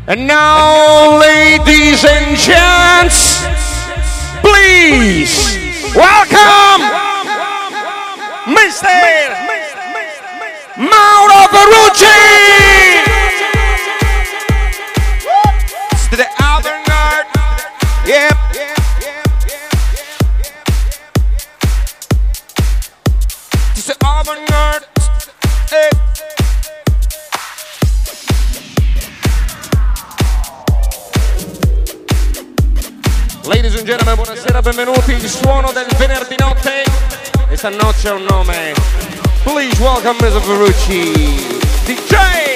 And now, ladies and gents, please welcome Mr. Mauro Ferrucci! To the other nerd. Yep. To the other nerd. Hey. Ladies and gentlemen, buonasera, benvenuti. Il suono del venerdì notte. E stanotte ha un nome. Please welcome Mr. Ferrucci, DJ.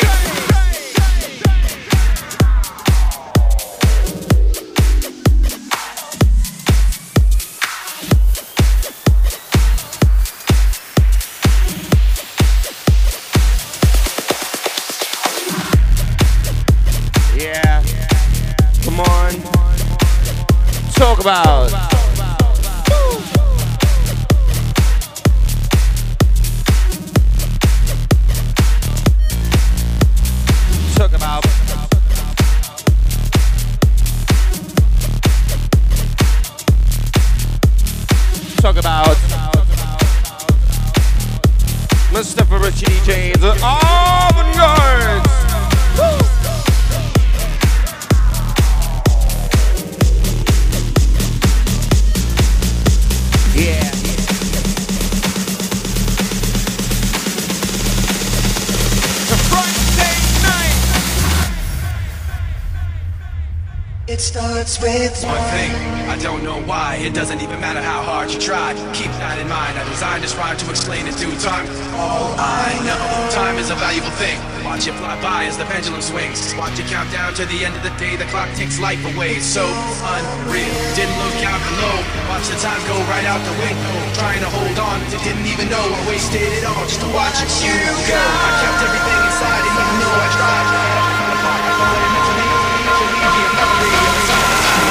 Yeah. Come on. Talk about. Talk about. Talk about. Mr. Ferrucci DJ, the avant-garde. Yeah. The Friday night. It starts with one thing. I don't know why. It doesn't even matter how hard you try. Keep that in mind. I designed this rhyme to explain in due time. All I know, time is a valuable thing. Watch it fly by as the pendulum swings. Watch it count down to the end of the day. The clock takes life away. So unreal. Didn't look out below. Watch the time go right out the window. Trying to hold on. Didn't even know I wasted it all just to watch you go. I kept everything inside and even though I tried to get off the clock, I know what it meant to me. It should leave me a memory of the time.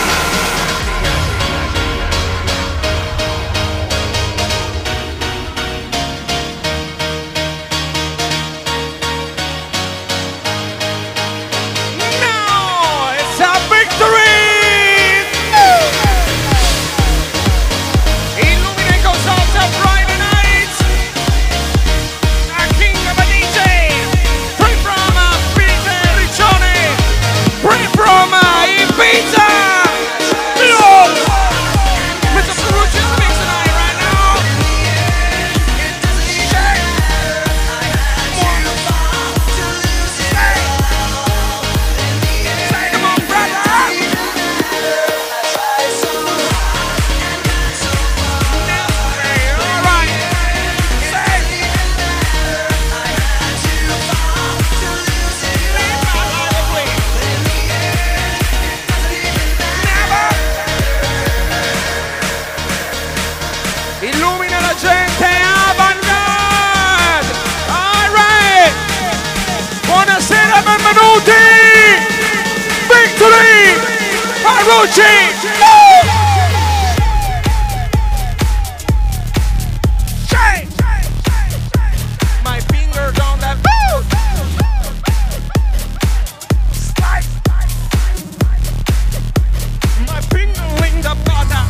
My fingers on that boot. My finger linked up on that.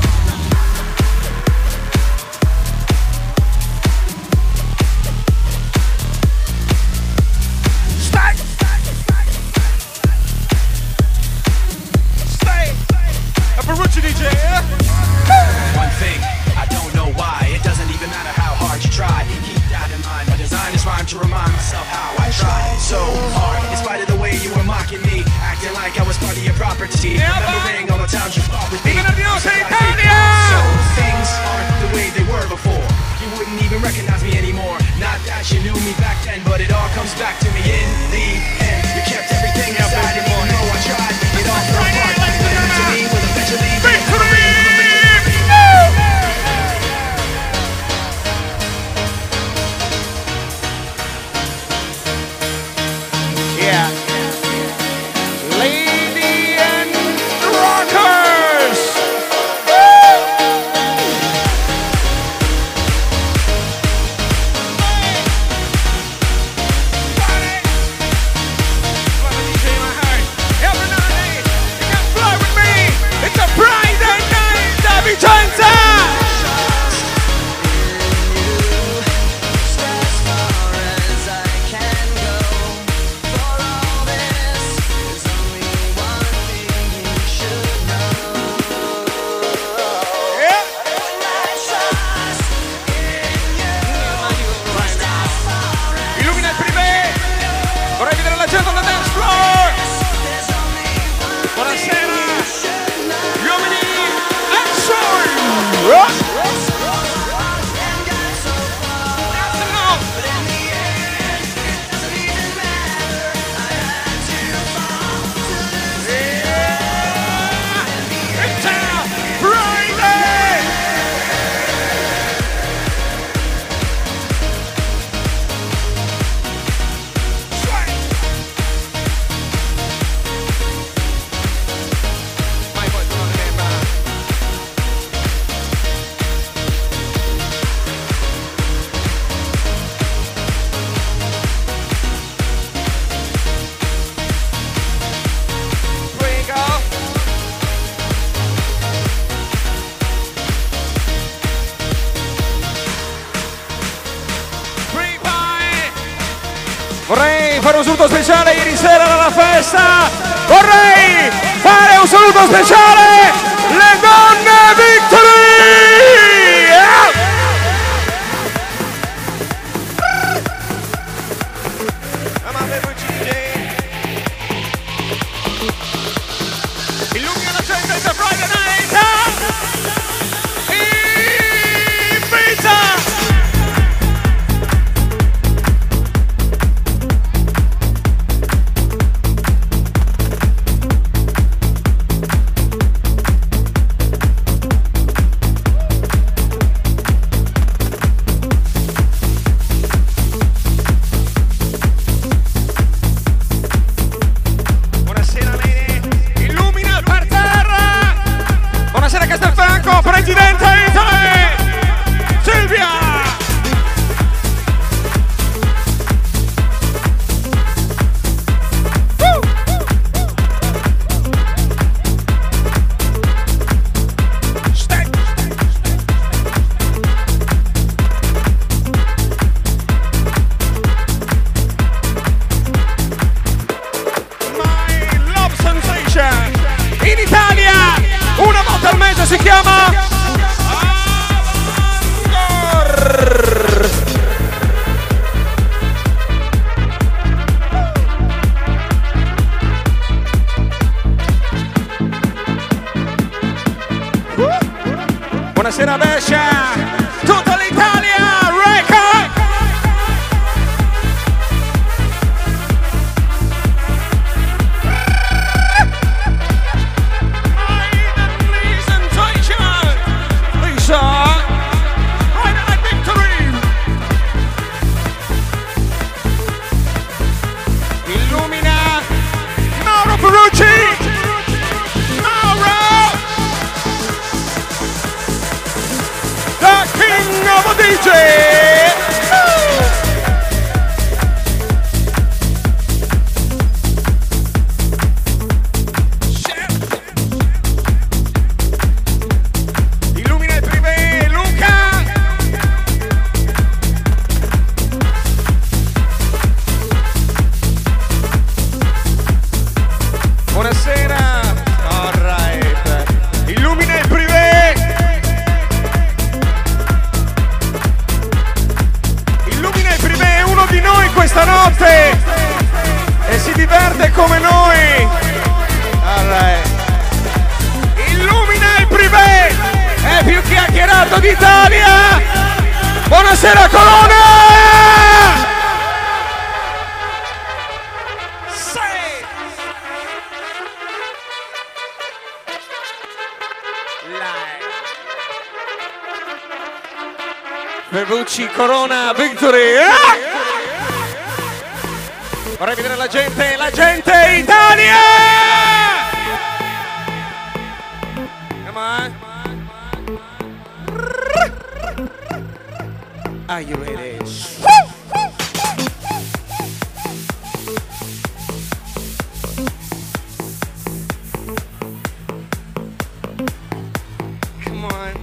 Ferrucci DJ, yeah? One thing, I don't know why. It doesn't even matter how hard you try. Keep that in mind. I designed this rhyme to remind myself how I tried so hard. In spite of the way you were mocking me, acting like I was part of your property. Yeah, remembering all the times you fought with me. Even if you don't say So things aren't the way they were before. You wouldn't even recognize me anymore. Not that you knew me back then, but it all comes back to me in the end. You kept everything inside, and even though I tried, it all fell apart. To me will eventually be victory. Yeah. Lady and rockers. fare un saluto speciale, ieri sera alla festa vorrei fare un saluto speciale, le donne Victory! Illumina la gente da Friday Night! Ibiza! Presidente Italy, Silvia! My Love Sensation in Italia, una volta al mese si chiama Buonasera Bescia, tutta l'Italia, record! Lisa, Friday Night Victory! Illumina Mauro Ferrucci! Nuovo DJ! Illumina il privé, Luca! Buonasera! All right. Illumina il privé! Di noi questa notte e si diverte come noi. Right. Illumina il privé, è più chiacchierato d'Italia. Buonasera Corona. Ferrucci, Corona, Victory. Vorrei vedere la gente Italia! Come on. Are you ready? Come on.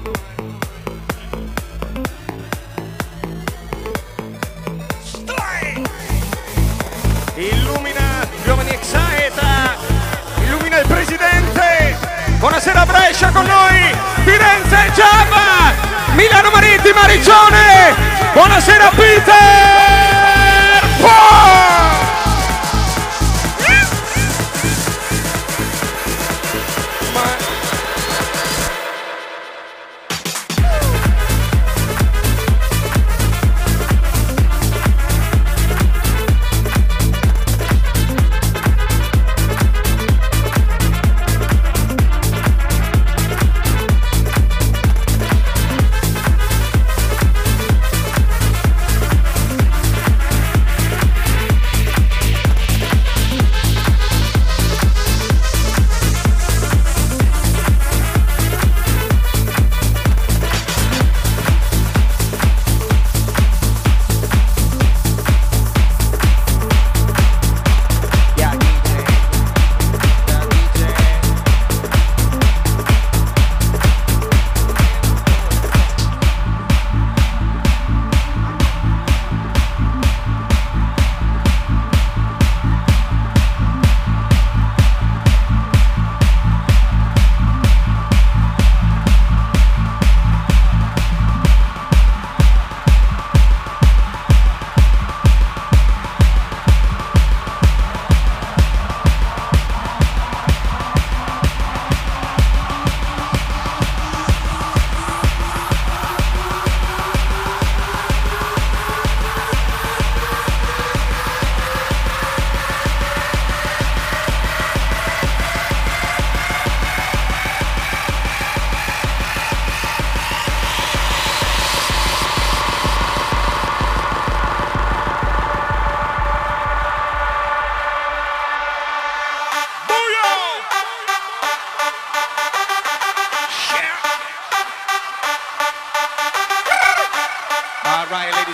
Illumina Giovani Excita, illumina il presidente. Buonasera Brescia con noi, Firenze Giava, Milano Marittima Regione. Buonasera Peter Paul.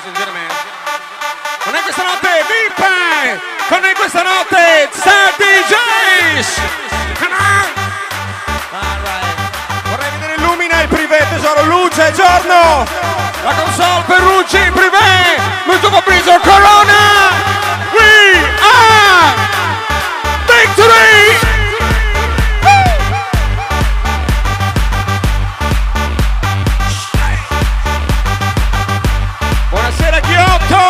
and gentlemen. Con noi questa notte VIP, con noi questa notte Star DJs. Vorrei vedere Illumina il privé, tesoro, luce, giorno. La console per Rucci, privé, molto Fabrizio Corona. We are Victory. Buonasera Ghiotto!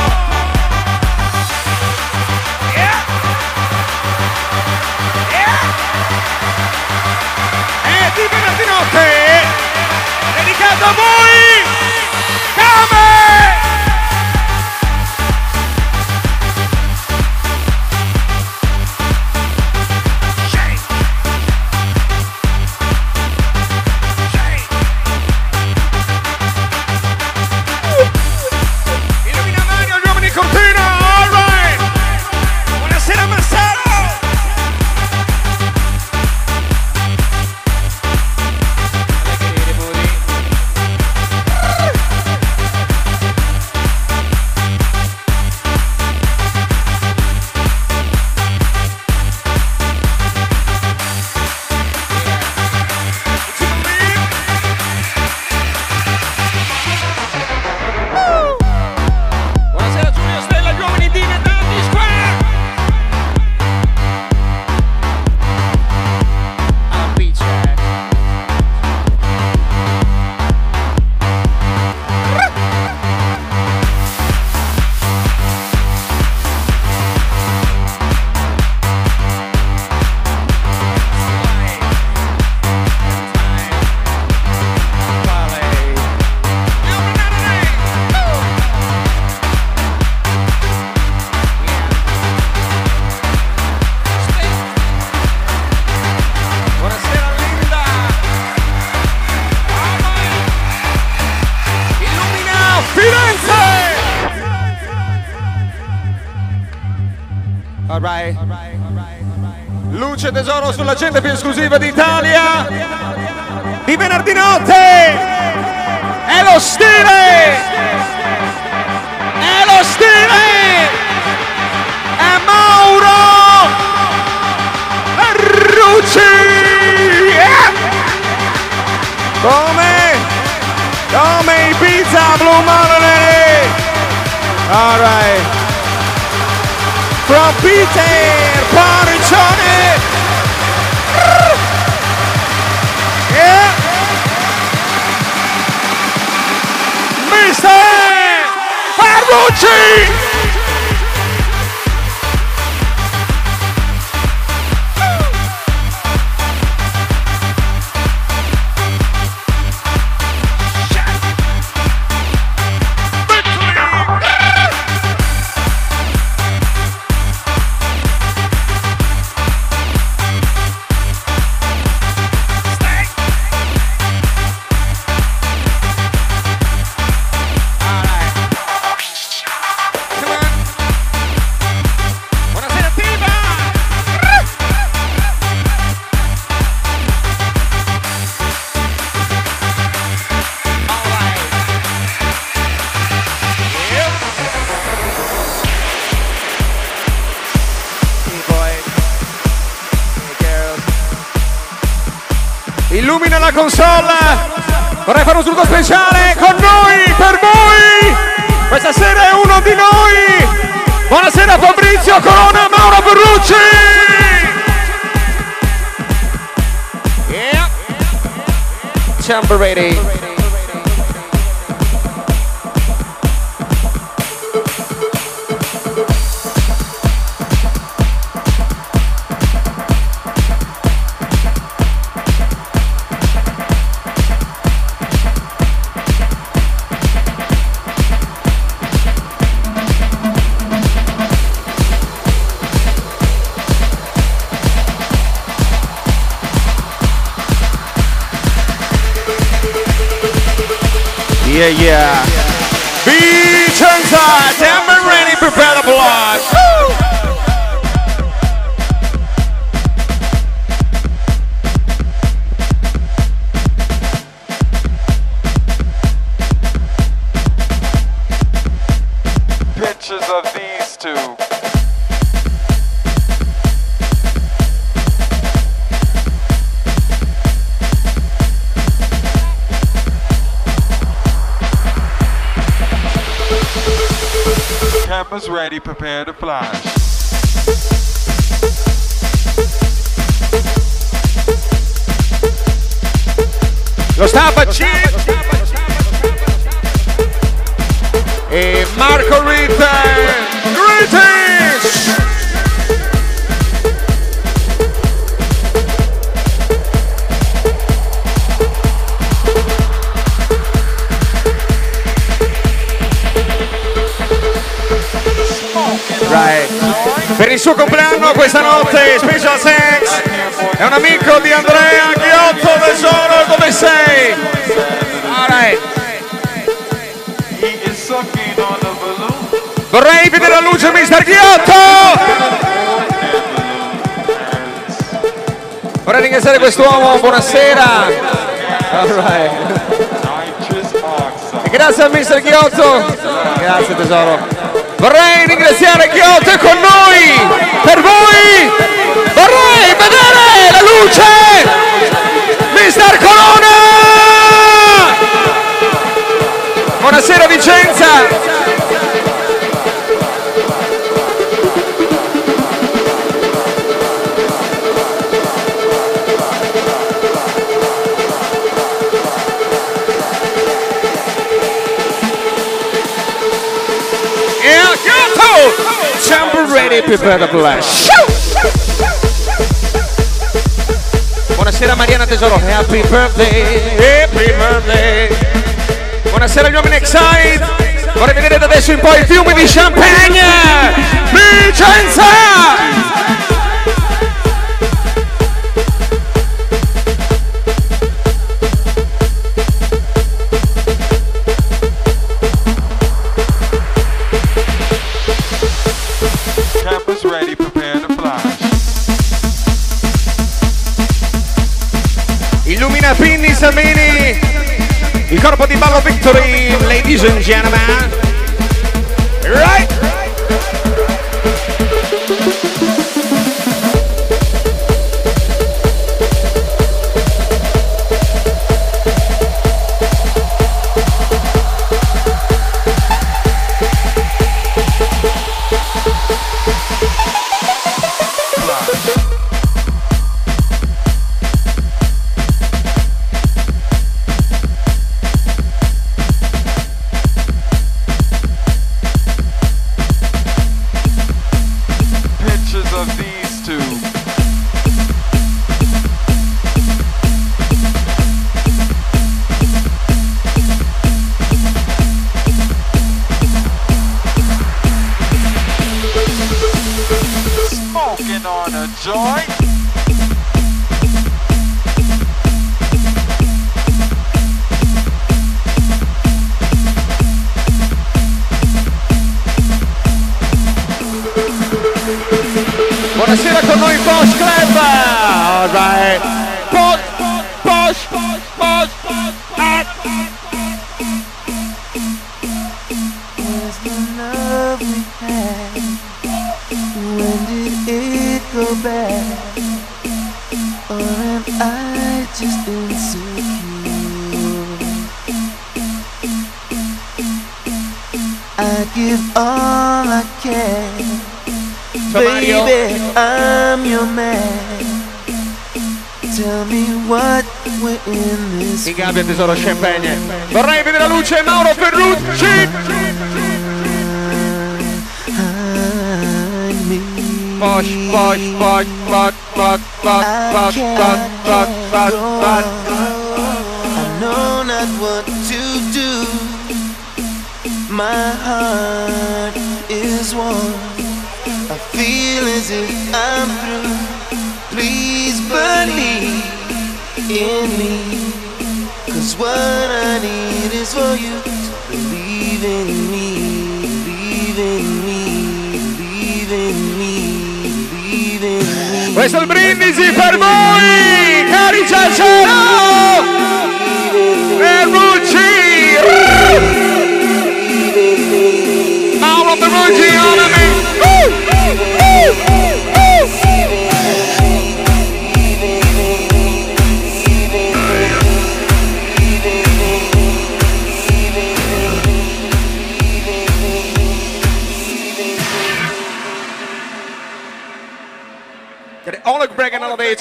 E di venerdì notte dedicato a voi! Come! Luce tesoro sull'agenda più esclusiva d'Italia di venerdì notte. È lo stile, è lo stile, è Mauro Rucci. Come Ibiza Blue Monday. All right. From Peter Paricione. Yeah. Mr. Ferrucci. Illumina la console. Vorrei fare un saluto speciale con noi, per voi. Questa sera è uno di noi. Buonasera Fabrizio Corona, Mauro Ferrucci. Yeah. Tambourine. Yeah. Beach inside, Tambourine, prepare the blood. ready, prepare to fly. Lo Stava C e Marco Ritter. Greetings! Right. Per il suo compleanno questa notte Special Sex è un amico di Andrea Ghiotto. Tesoro, dove sei? Alright. Vorrei vedere la luce, Mr. Ghiotto! Vorrei ringraziare quest'uomo, buonasera. Alright. E grazie al Mr. Ghiotto. Grazie tesoro. Vorrei ringraziare Ghiotto è con noi, per voi, vorrei vedere la luce, Mister Corona! Buonasera Vicenza! Jump ready, prepare the blast. Buonasera Mariana tesoro, happy birthday, happy birthday. Buonasera agli uomini Excite. Vorrei vedere da adesso in poi il fiume di Champagne, Vicenza. Ready, prepare to fly. Illumina Pinni Samini, il corpo di ballo Victory, ladies and gentlemen. Right? Buonasera con noi Posh Club. All right. Posh. Where's the love we had? When did it go bad? Or am I just insecure? I give all I can. Baby, I'm your man. Tell me what we're in this. In gabbia tesoro Champagne. Vorrei vedere la luce Mauro Ferrucci. Posh. I know not what to do. My heart is warm. I feel as if I'm through. Please believe in me, 'cause what I need is for you to believe in me, believe in me, believe in me, believe in me. Questo è il brindisi per voi, cari Ciacero! Ferrucci! Mauro Ferrucci, onami!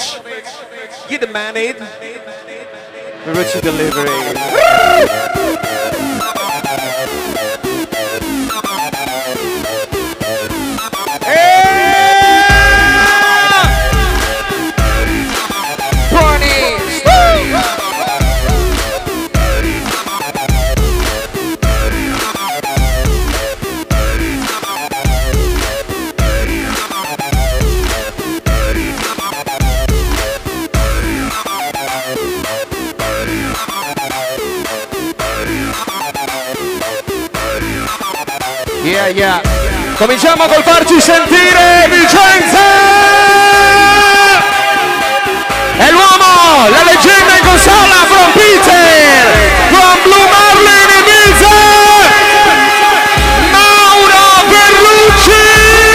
You demand it. The rich delivery. Yeah. Cominciamo col farci sentire Vicenza! È l'uomo, la leggenda in consola, from Peter, from Blue Marlin Ibiza, Mauro Berlucci!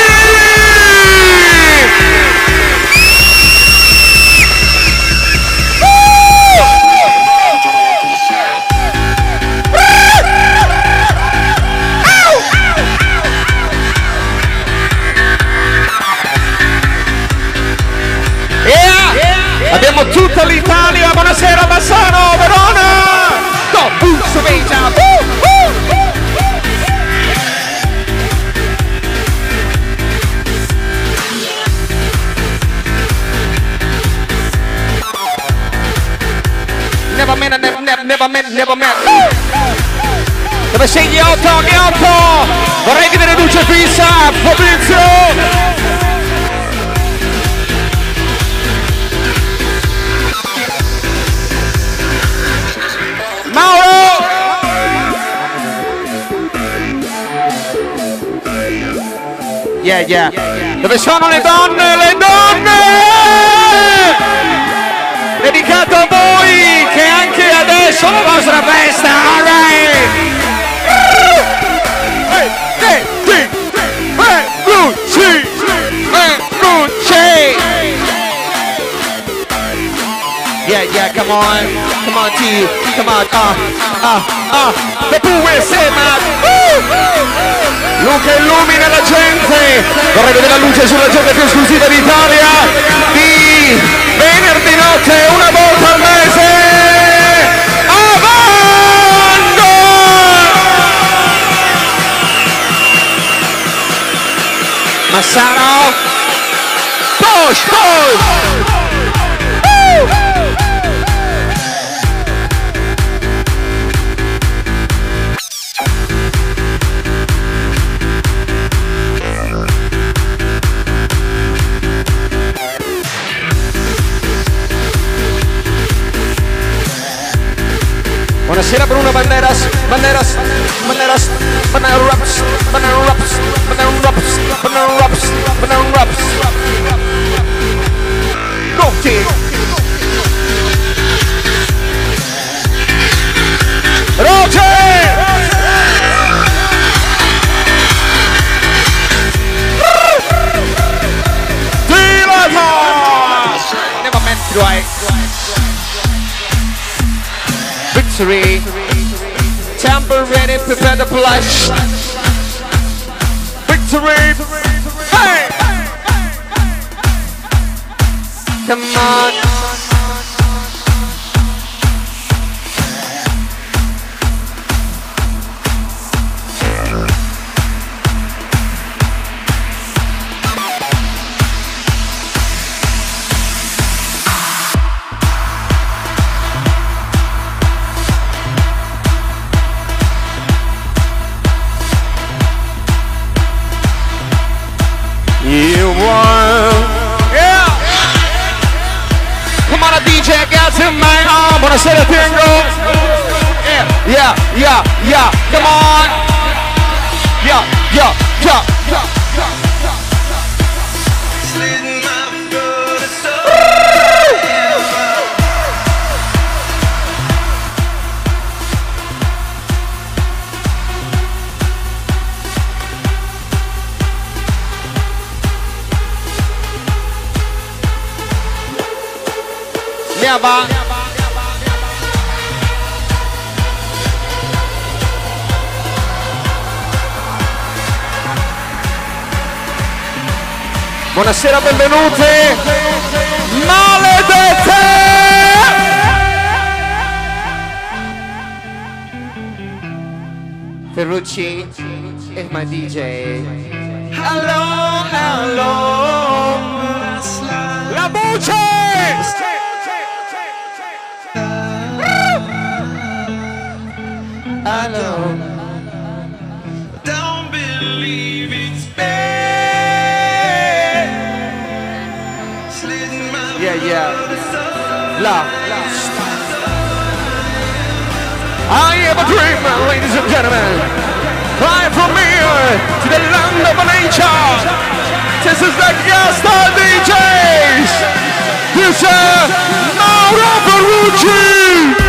Abbiamo tutta l'Italia, buonasera Bassano, Verona! Never met. Dove sei gli 8? Vorrei vedere luce fissa, Fabrizio! Mauro! Yeah. Dove sono le donne? Dedicato a voi che anche adesso la vostra festa, alright! Yeah, come on T, come on, the Pue Sema, Luca illumina la gente, vorrei vedere la luce sulla gente più esclusiva d'Italia, di venerdì notte, una volta al mese, Avando! Massaro, push! Buonasera Bruno Banderas. Notti. Roger! Never meant to right. Victory. Temper ready, prepare the flash. Victory. Hey! Come on. You won. Yeah. Come on, DJ, got in my arm. Buonasera, Tengo. Yeah. Come on. Yeah. Va. Buonasera, benvenute. Maledette! Ferrucci is my DJ. Hello, hello. La voce! Hello. Don't believe it's bad. Slitting my Yeah. La. I am a dreamer, ladies and gentlemen. Fly from here to the land of nature. This is the guest of DJs. This is Mauro Ferrucci.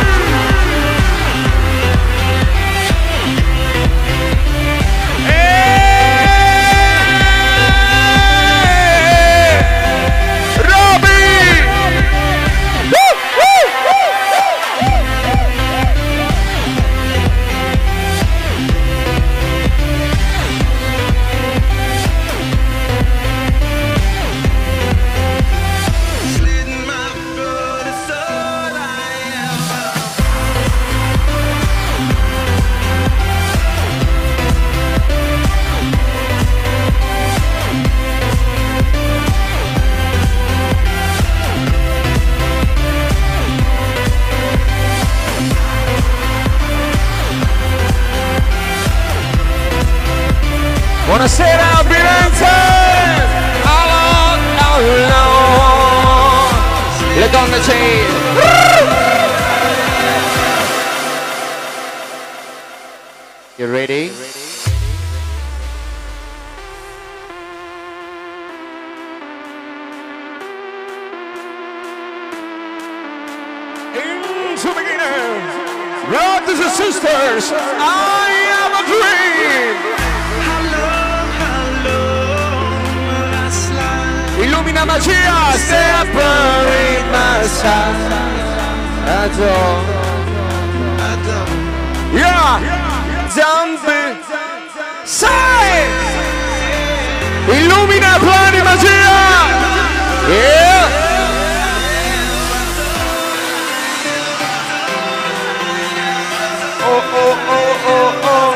Buonasera Firenze! Le donne c'è! You ready? Into beginners! Brothers and sisters, I am a dream! Illumina magia, Separate my side. I don't. yeah! Zampe! Sai! Illumina plani magia! Yeah! Oh oh oh oh oh!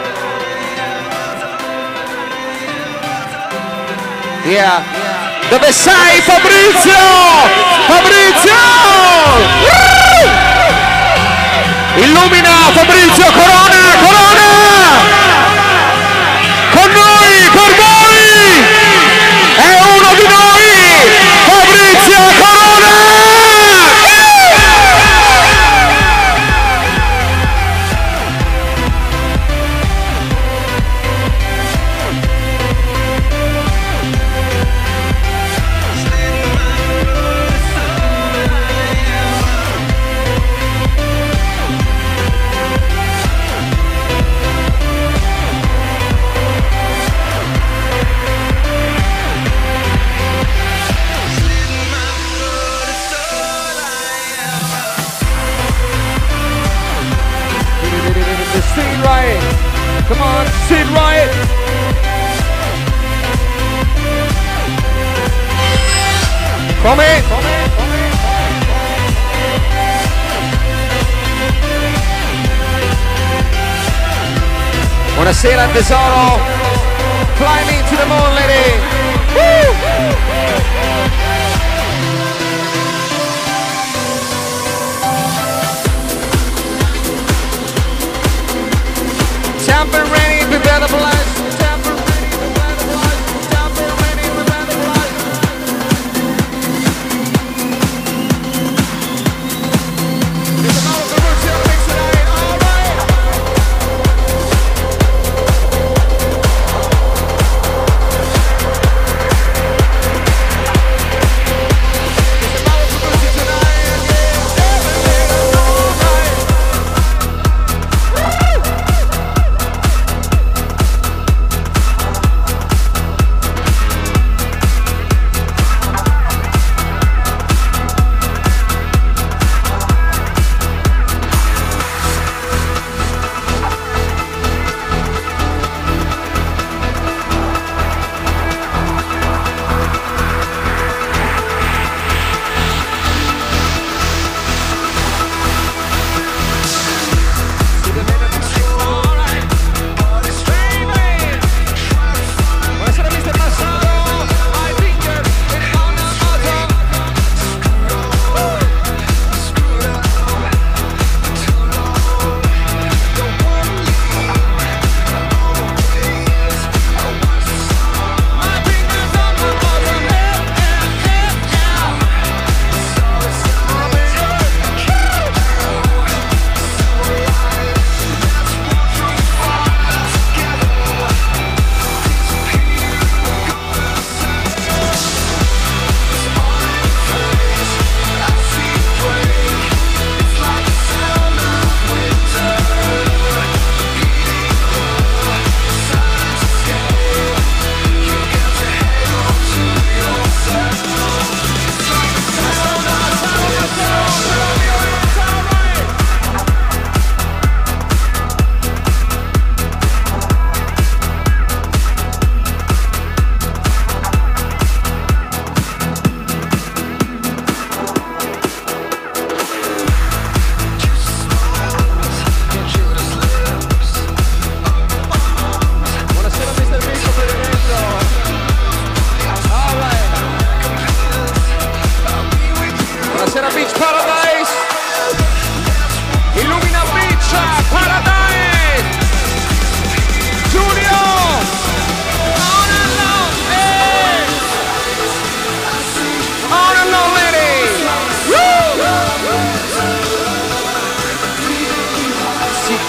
Yeah. Dove sei Fabrizio? Fabrizio! Illumina Fabrizio, corona, corona! Con noi, per voi! È uno di noi! Fabrizio Corona! Sit right. Come on, sit right. Come? Buonasera tesoro. Fly me to the moon, lady. Woo! Tamper ready, prepare the blast. Tamper ready, prepare the blast. Tamper ready, prepare the blast. It's a Mauro Ferrucci mix tonight, alright.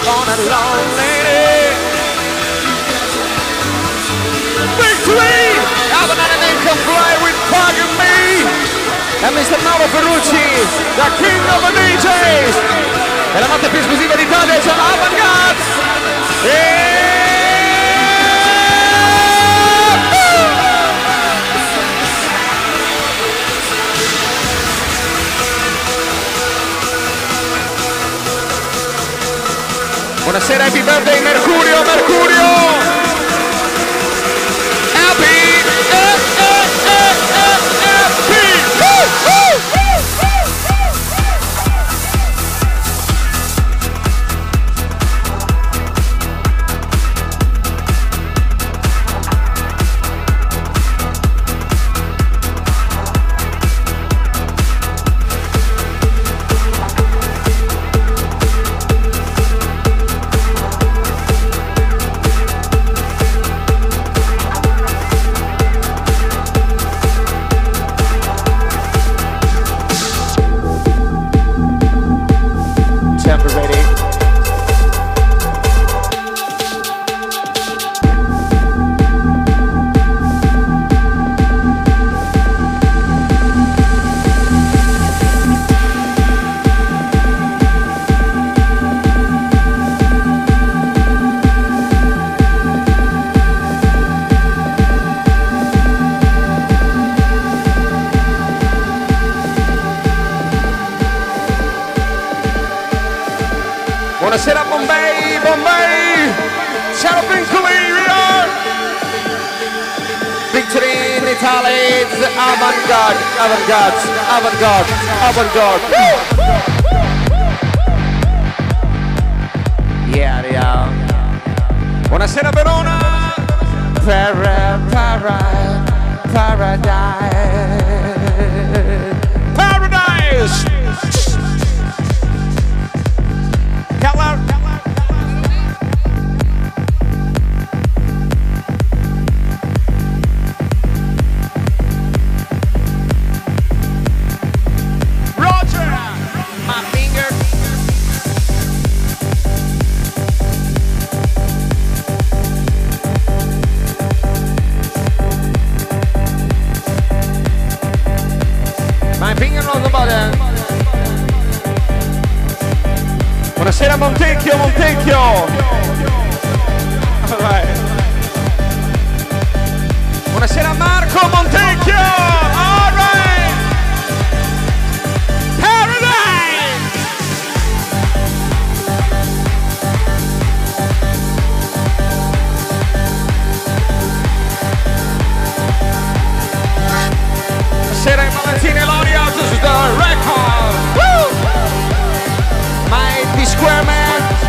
on a lonely day. Victory! Have another name can fly with Pardon Me. And Mr. Mauro Ferrucci, the king of the DJs. E la notte più esclusiva d'Italia c'è Avantgarde. Buonasera, happy birthday Mercurio, Mercurio! Happy, Buonasera Bombay, Bombay! Ciao Pinkoli, we are! Victory in Italy, it's Avantgarde, Avantgarde, Avantgarde, Avantgarde. Yeah, yeah. Buonasera Verona! Paradise. Paradise! Keller. Roger, my finger. My finger on the button. Buonasera Montecchio, Montecchio! Right. Buonasera Marco Montecchio! All right. Paradise! Buonasera Valentino Loria, this is the record! Woo! My Square Man.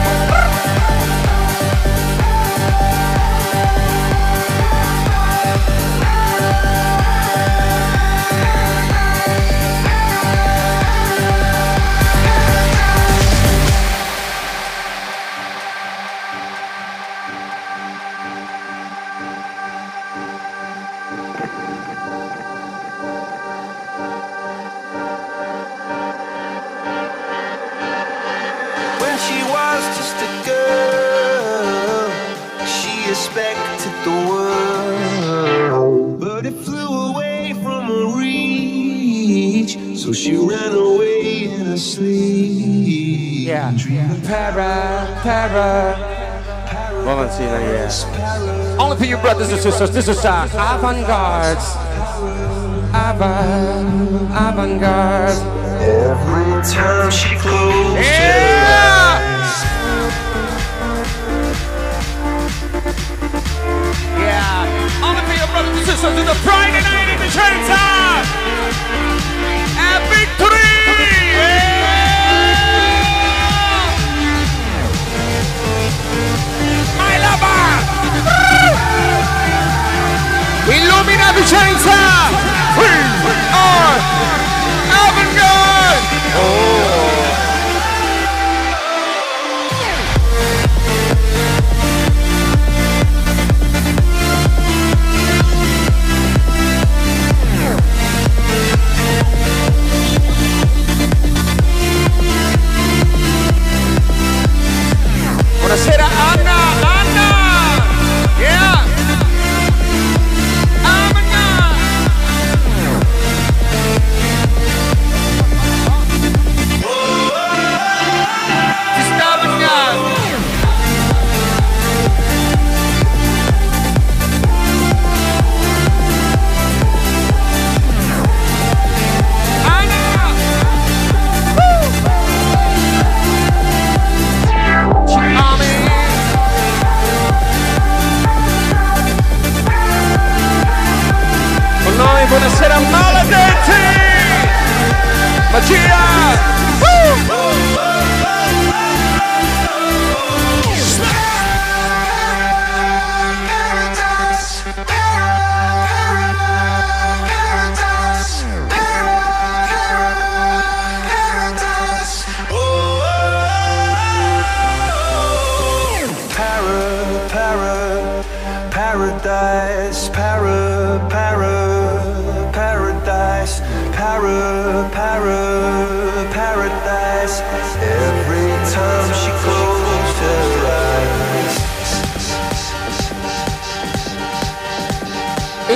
So she ran away in her sleep. Yeah. Para. Valentina, yeah. Only for you brothers and sisters, this is Avantgarde. Avantgarde. Every time she closed her eyes. Yeah. Only for you brothers and sisters in the Friday night in the Chinatown. And victory! My lover! Illumina Vicenza! We are Avantgarde! Oh!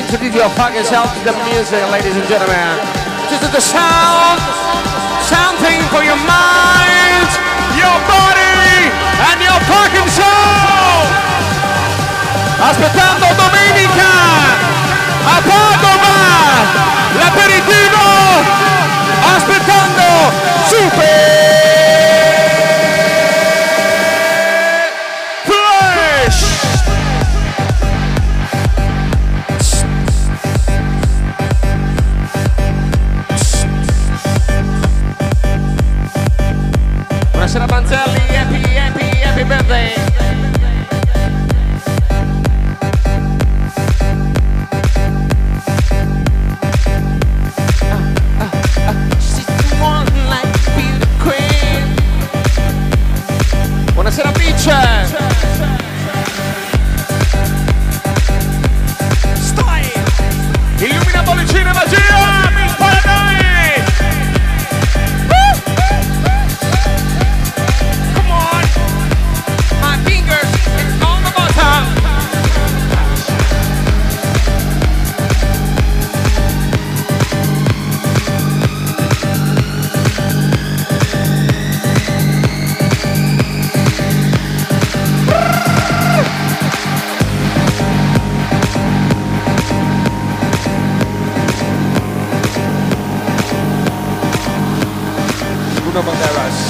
introduce your fucking self to the music, ladies and gentlemen. This is the sound, something for your mind, your body, and your fucking soul. Aspettando domenica a Padova, l'aperitivo, aspettando Super Buonasera Banzelli, happy birthday. Buonasera Beach. Stai! Illumina bollicine magia, mi sparadai! Banderas.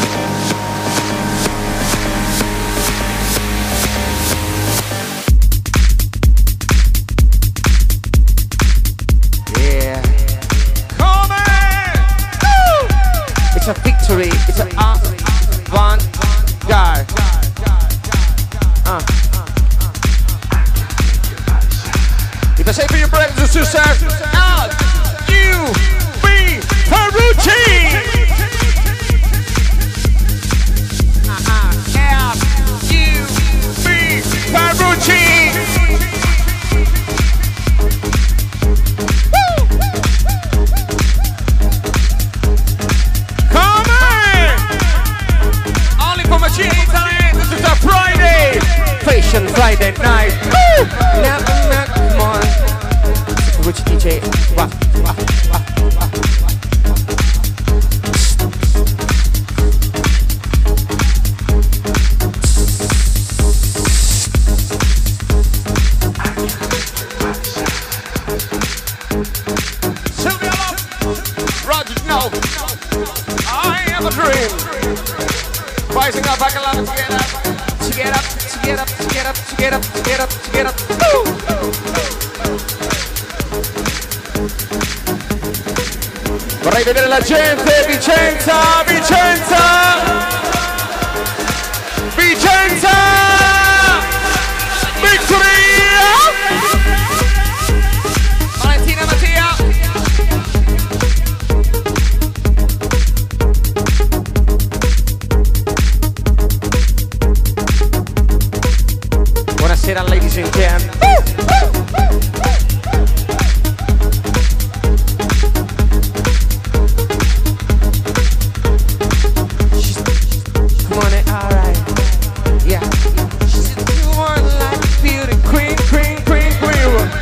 Yeah. Come on! Woo! It's a victory. It's a one guy. If I say for your brothers and sisters, L-U-B Ferrucci! Ferrucci! Come on! Only for machine time. This is a Friday, Fashion Friday night. Woo! Come on. Ferrucci DJ. Wow. Rising up, back along, to get up, to get up, to get up, to get up, to get up, to get up, to get up. Woo! Vorrei vedere la gente, Vicenza, Vicenza, Vicenza, Victory! Valentina Mattia. Buonasera ladies and gentlemen. Come on, alright. Yeah. She's a one like beauty queen, queen, queen, queen.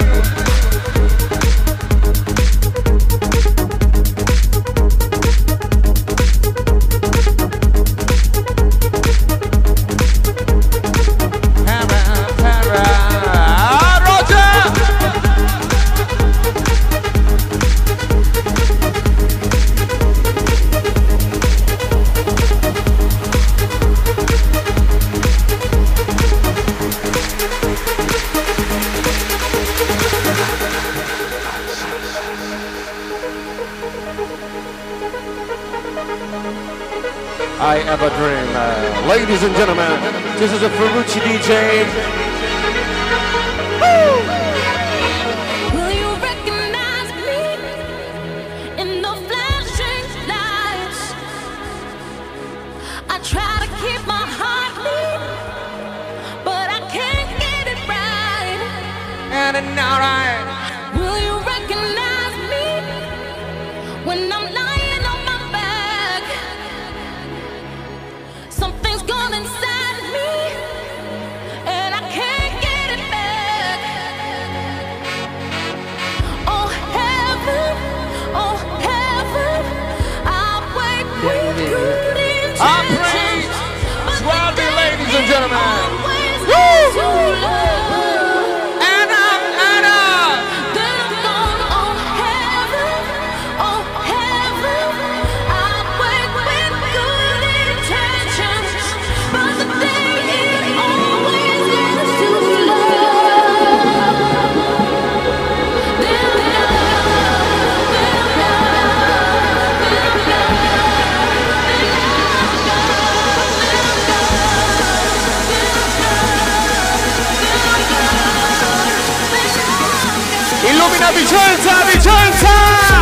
I have a dream. Ladies and gentlemen, this is a Ferrucci DJ. Woo! Will you recognize me in the flashing lights? I try to keep my heart beat, but I can't get it right. And now, right. Will you recognize me when I'm lying on my back? Something's gone inside me, and I can't get it back. praise. Swallow, ladies and gentlemen. Illumina Vicenza, Vicenza!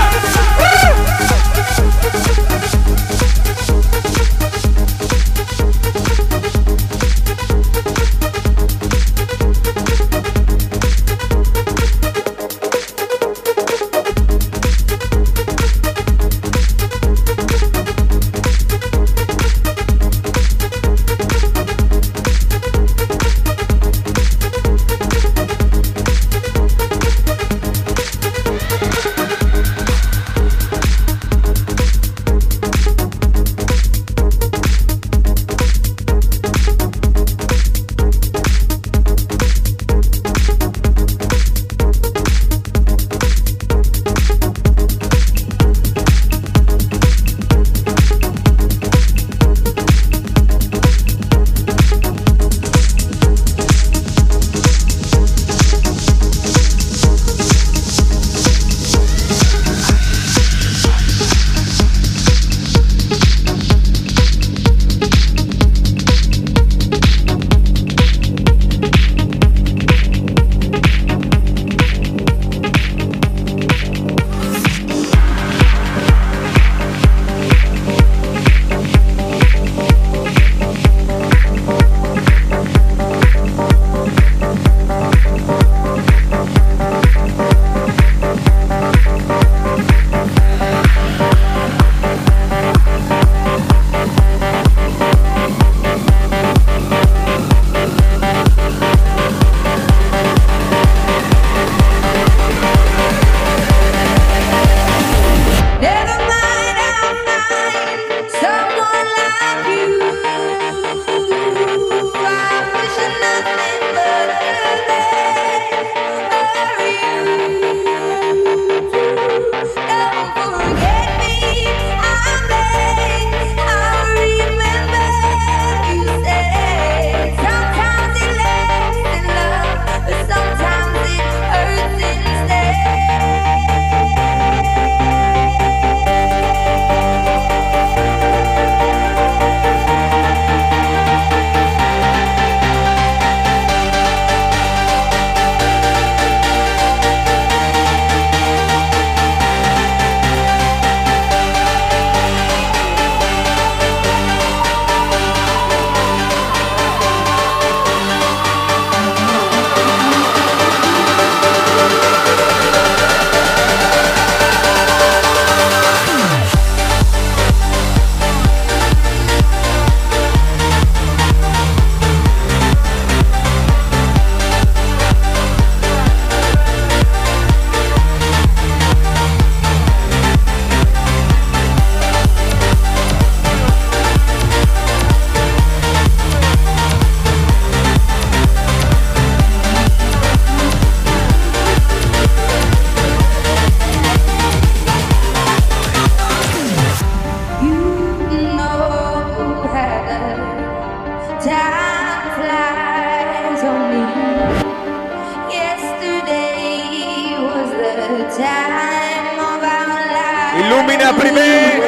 Illumina Privé,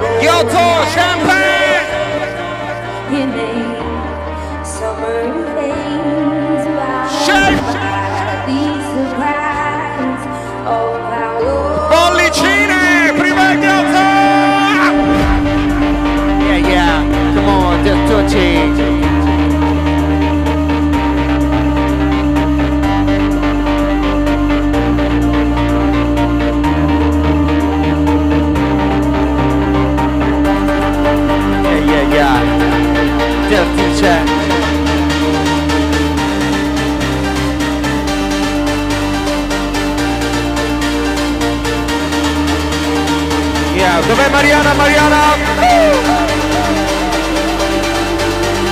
Kyoto, Champagne. Bollicine, Privé, Kyoto. Yeah, come on, just touch it. Dov'è Mariana? Mariana!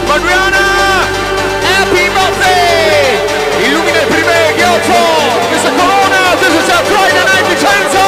Madriana, happy birthday! Illumina il primo ghiotto, questa corona, this is our Friday Night Vicenza!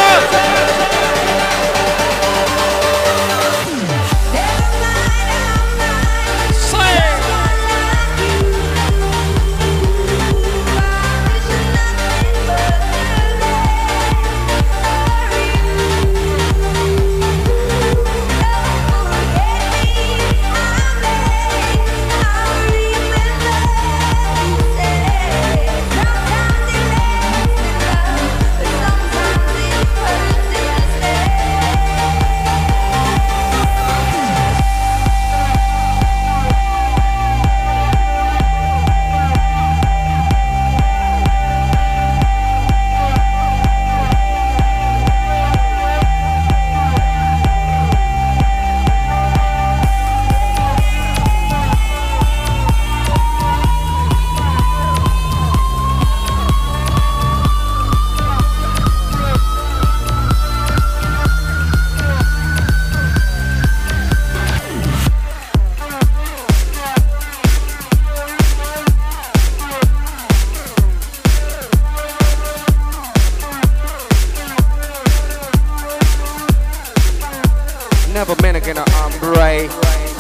Never been a kinda break.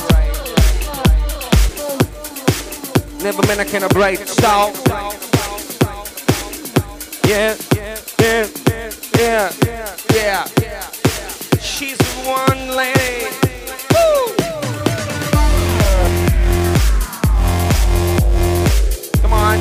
Never been a kinda break. So yeah, yeah. She's the one lady. Woo! Come on.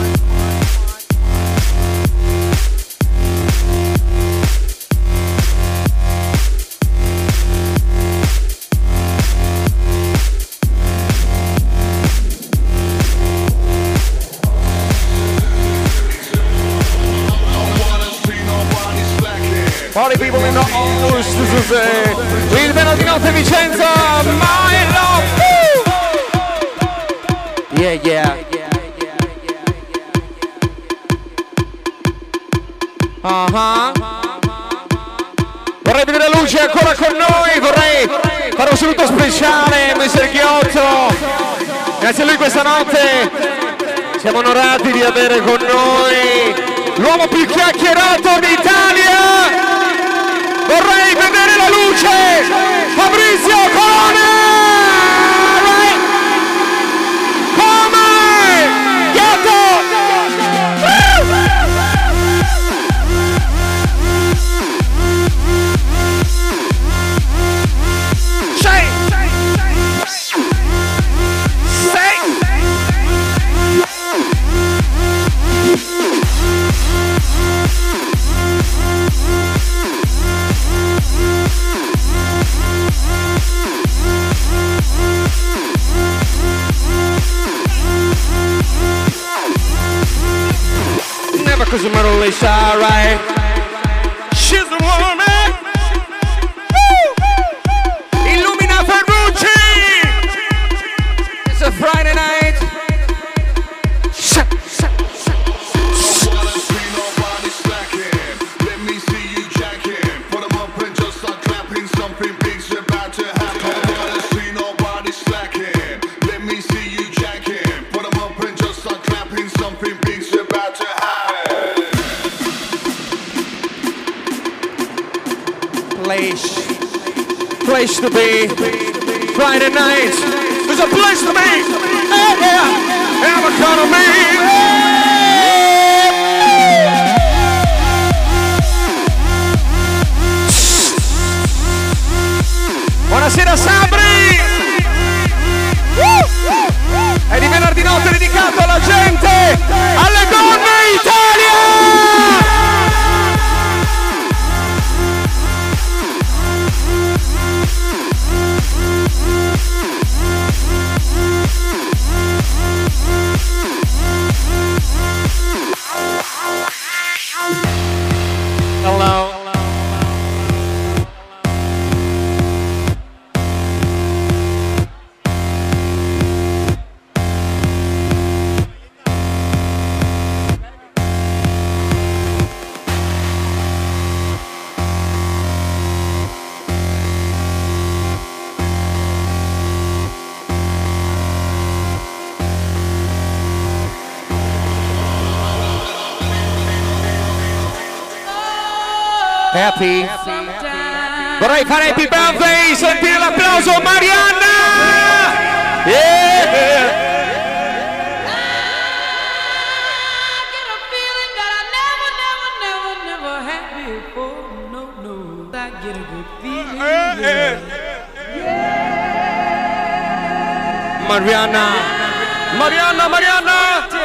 Party people in the house, this is il venerdì notte Vicenza, my love, woo! Yeah. Vorrei vedere la luce ancora con noi, vorrei fare un saluto speciale, Mr. Ghiotto. Grazie a lui questa notte siamo onorati di avere con noi l'uomo più chiacchierato d'Italia. Vorrei vedere la luce, Fabrizio Corona! Come? Ghiotto! Cause I'm only shy, right? She's the woman. Woo! Illumina Ferrucci. It's a Friday night. Let me see you jacking. Put 'em up and just start clapping. Something big's about to happen. I wanna see nobody slacking. Let me see you jacking. Put 'em up and just start clapping. Something big's about to happen. Place to be. Friday night is a place to be. Yeah. Economy. Buonasera Sabri. È di venerdì notte dedicato alla gente, alle donne Italia. Hello. Happy? Vorrei fare happy birthday, sentire l'applauso Marianna! Yeah! Marianna! Marianna, Marianna!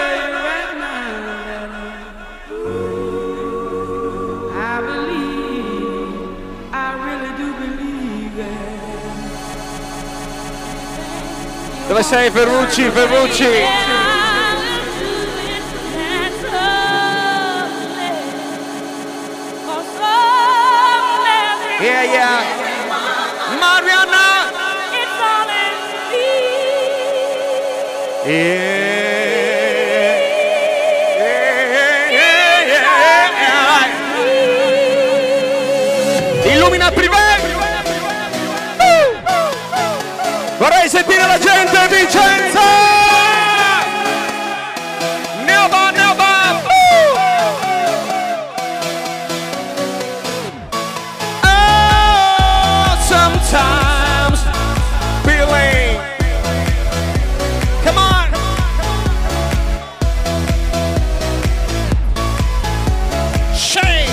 Dove sei Ferrucci, Ferrucci? Yeah, yeah. Marianna! Illumina il privé! Vorrei sentire la gente, Vincenzo! Neoba, Neoba! Oh, sometimes feeling. Come on! Shake!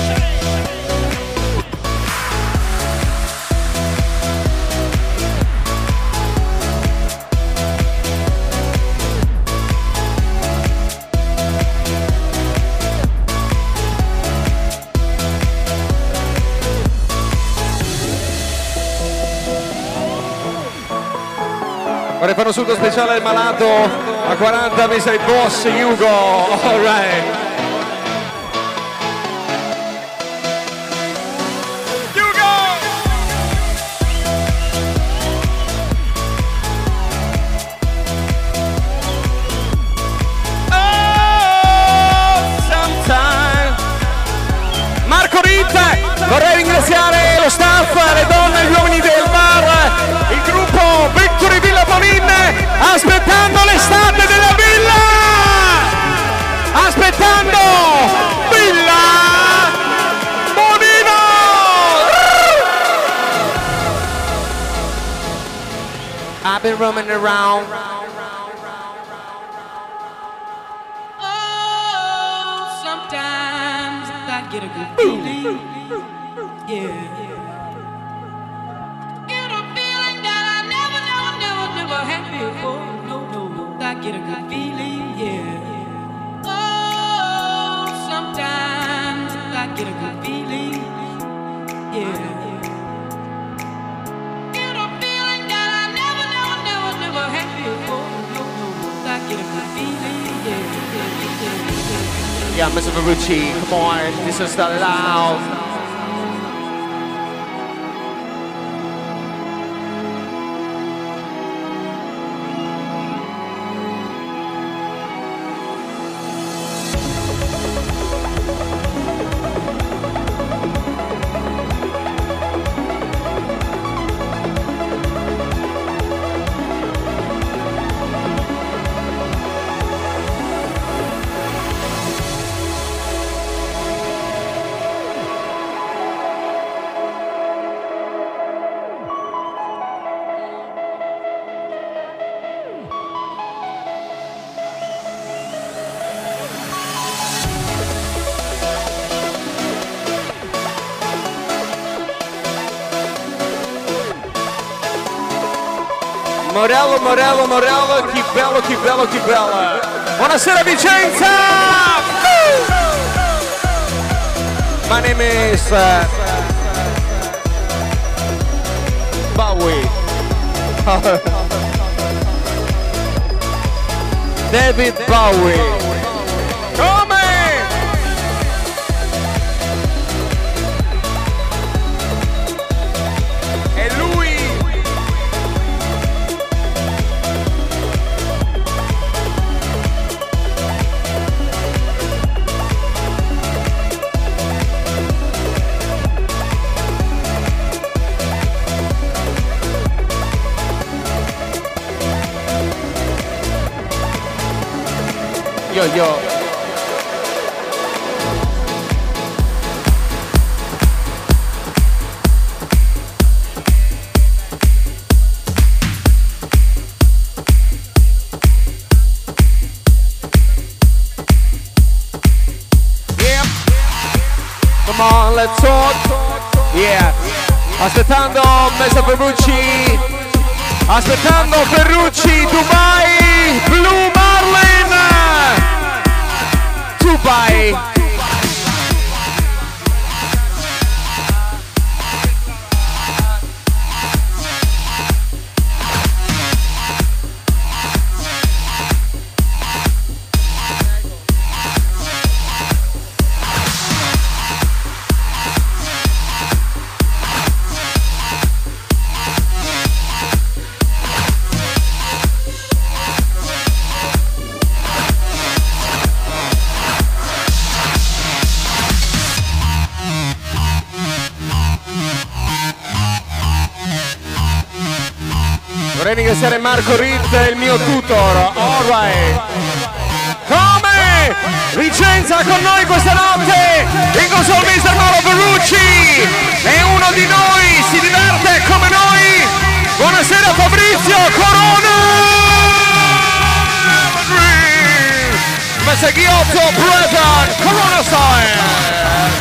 Vorrei fare un saluto speciale al malato a 40 mesi ai boss Hugo. All right. Hugo! Oh, sometime. Marco Ritte, vorrei ringraziare lo staff, le donne e gli uomini del bar, il gruppo Victory Villa Bonin, aspettando l'estate della villa! Aspettando Villa Bonino! I've been roaming around. Oh, sometimes I get a good feeling. Yeah. I get a good feeling, yeah. Oh, sometimes I get a good feeling, yeah. Get a feeling that I never had before. I get a good feeling, yeah. Yeah, Mr. Ferrucci, come on, this is the loud. Morello, Morello, Morello, che bello, che bello, che bello. Buonasera Vicenza! My name is Bowie. David Bowie. Come? E lui. Yo. let's talk. Yeah. Aspettando Mesa Ferrucci. Aspettando Ferrucci, Dubai, Blue Marlin. Dubai. Vorrei ringraziare Marco Ritt, il mio tutor. Alright. Come? Vicenza con noi questa notte. In console Mr. Mauro Ferrucci. E uno di noi si diverte come noi. Buonasera Fabrizio Corona. Mr. Ghiotto Breton, Corona style.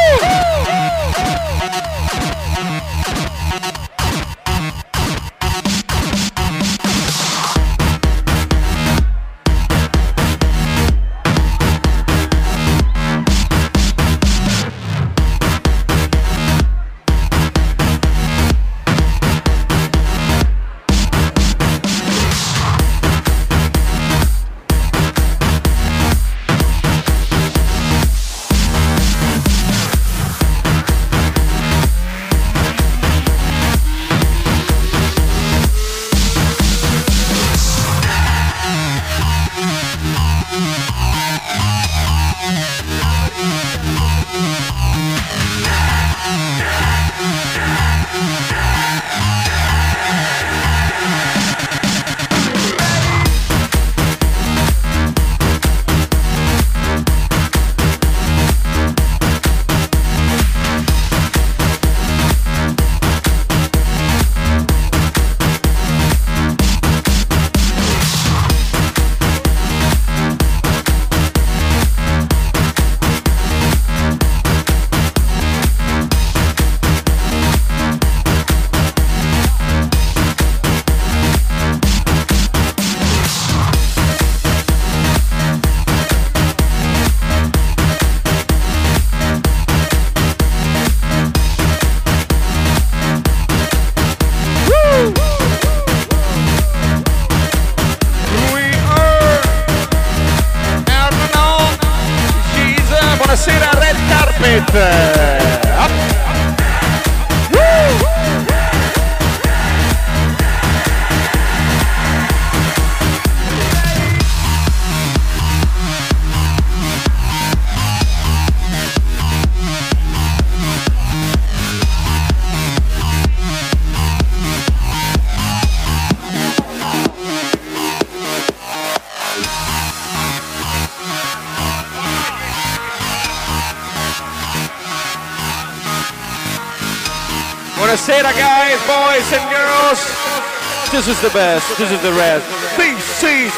Buonasera guys, boys and girls. This is the best, this is the rest. This is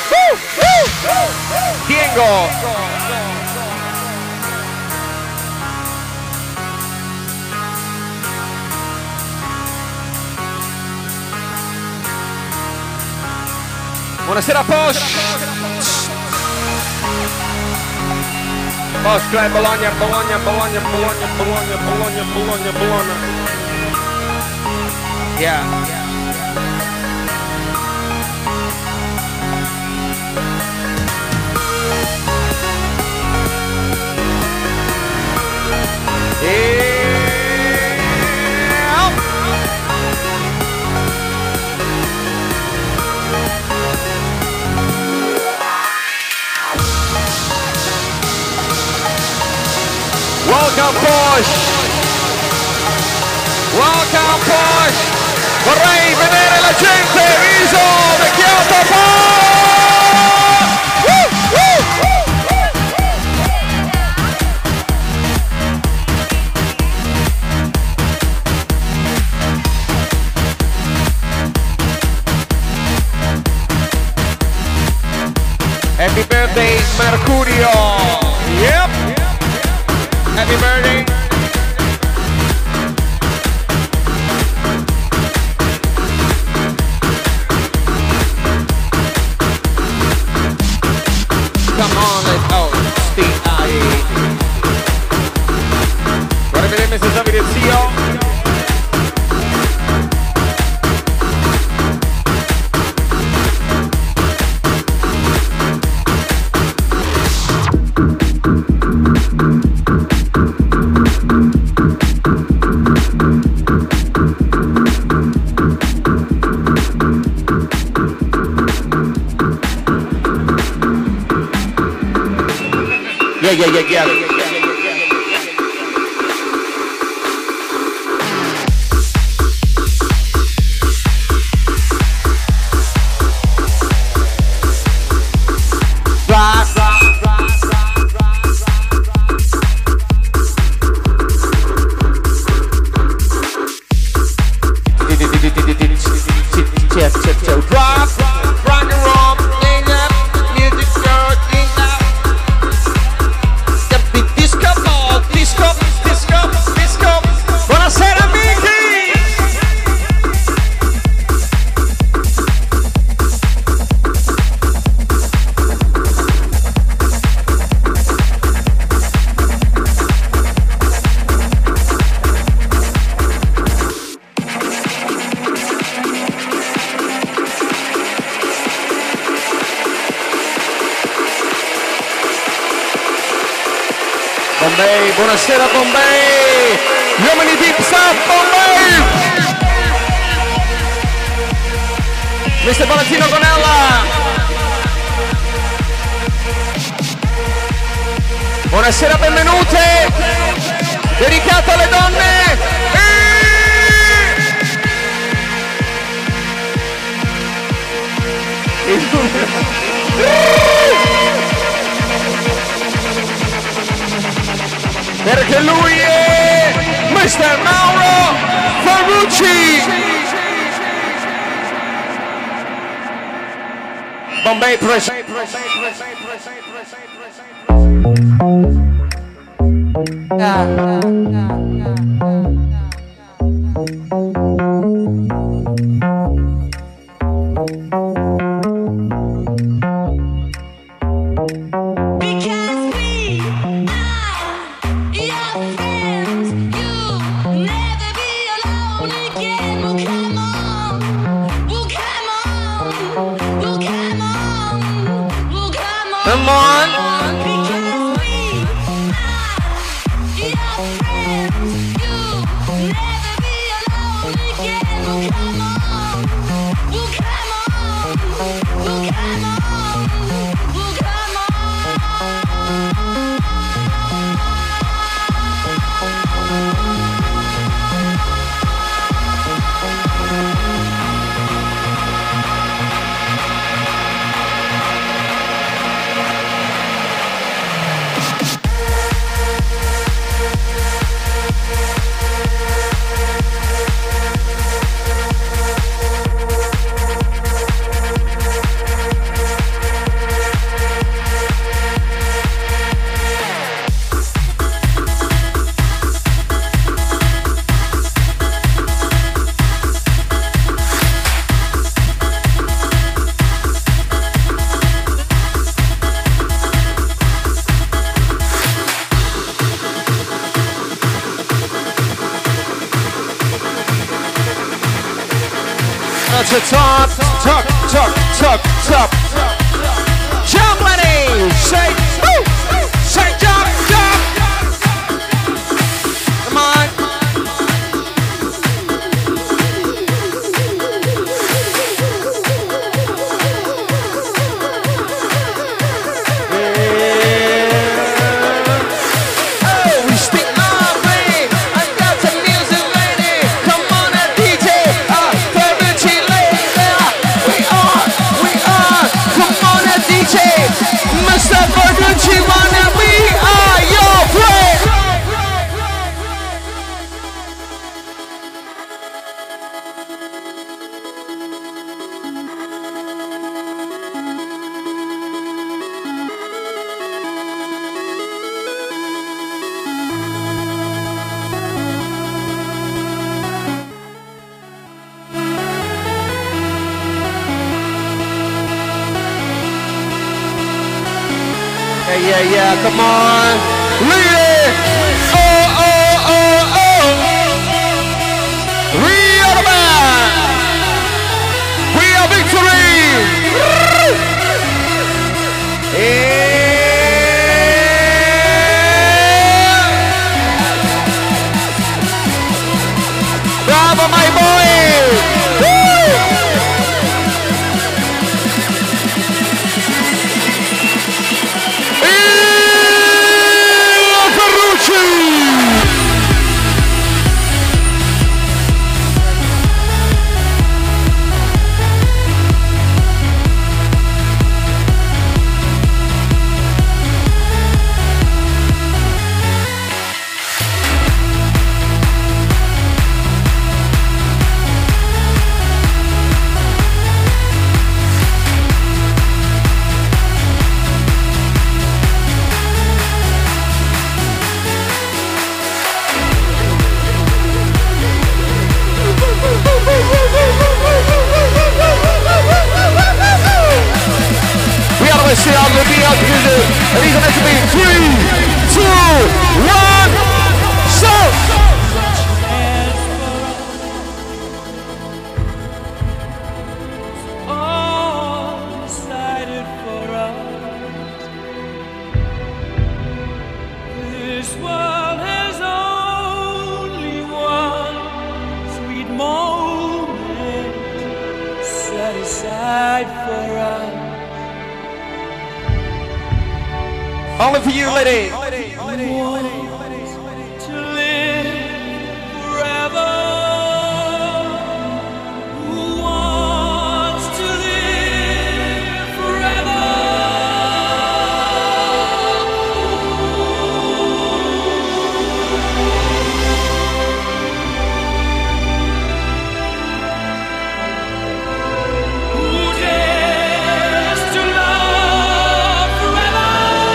Diego. Buonasera Posh. Posh Club Bologna, Bologna, Bologna, Bologna, Bologna, Bologna, Bologna, Bologna. Yeah. Welcome Posh. Welcome Posh. Vorrei vedere la gente, viso vecchiotto Happy birthday Mercurio. Yep. Happy birthday. Bombay, buonasera Bombay! Gli uomini di Psa, Bombay! Mr. Valentino Gonella! Buonasera, benvenute! Dedicato alle donne! Perché lui è Mr. Mauro Ferrucci. Bombay Press. Top. Jump, Lenny! Say, woo! Say, jump! Come on. Oh, we speak my way. I got the music, lady. Come on, DJ. Ferrucci, lady. We are. Come on, DJ. Mr. Ferrucci, and we are your friend. Yeah, come on. Lead it. Oh. We are the band. We are victory. Bravo, my boy. Woo! the music. And he's going to be 3, 2, 1, so! All decided for us. This world has only one sweet moment set aside for us. Only for you, lady. To live forever. Who wants to live forever? Who dares to love forever?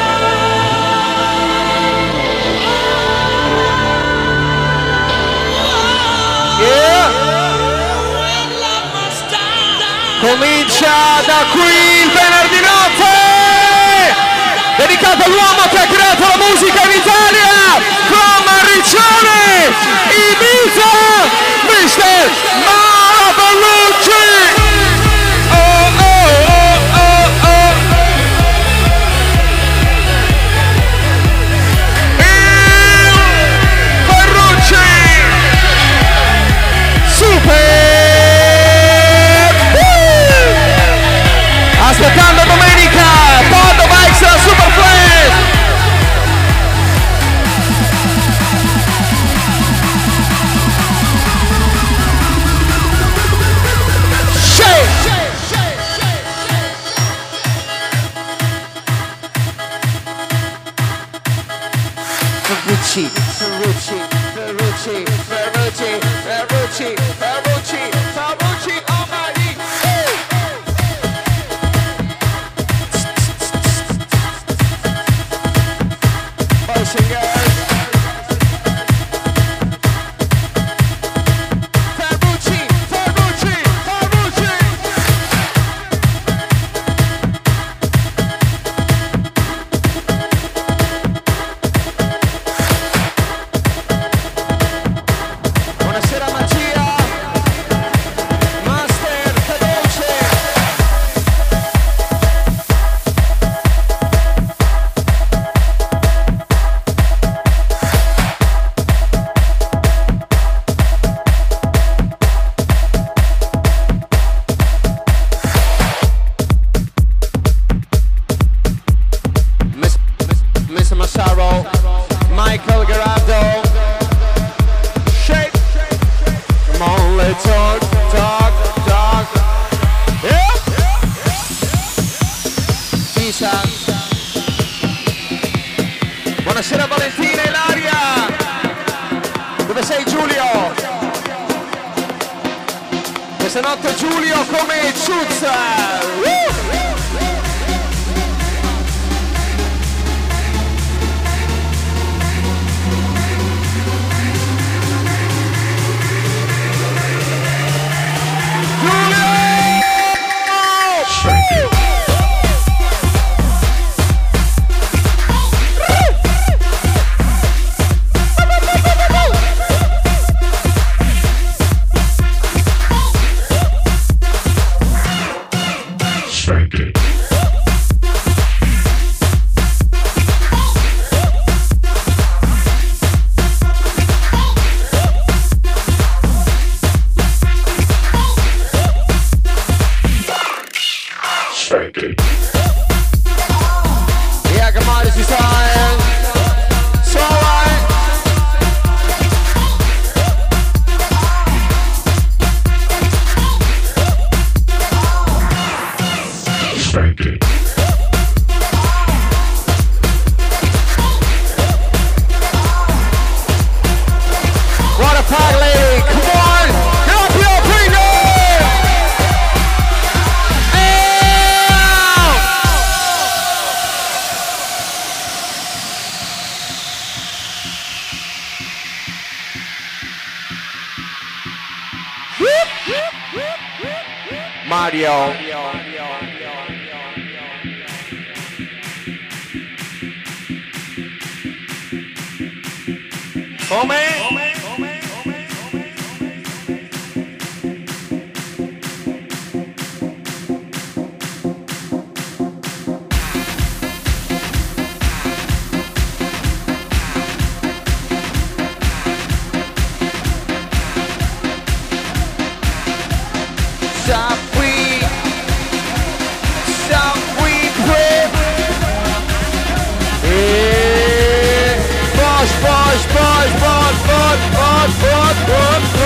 Comincia da qui il venerdì notte, dedicato all'uomo che ha creato la musica in Italia, from Riccione, Ibiza, Mr. Mauro Bellucci. Oh, oh, oh, oh, oh. Il Ferrucci, super. Aspettando domenica, Pod Bikes Super Flash. Ferrucci, Ferrucci, Ferrucci, Ferrucci, Ferrucci, Ferrucci, Ferrucci, oh my boys and girls. Ferrucci, Ferrucci, Ferrucci. Buonasera magia, Master Cadoce. Mr. Massaro, Michael Garabdo. Shake. Come on, let's talk, talk, talk. Yeah. Isa. Buonasera Valentina e Ilaria. Dove sei Giulio? Questa notte Giulio come Ciuzza. Yeah, come on, this is time. So what a pack, lady. Come on, get up your finger. Mario. Come? Bosh, bosh, bosh, bosh, bosh, bosh, bosh, bosh.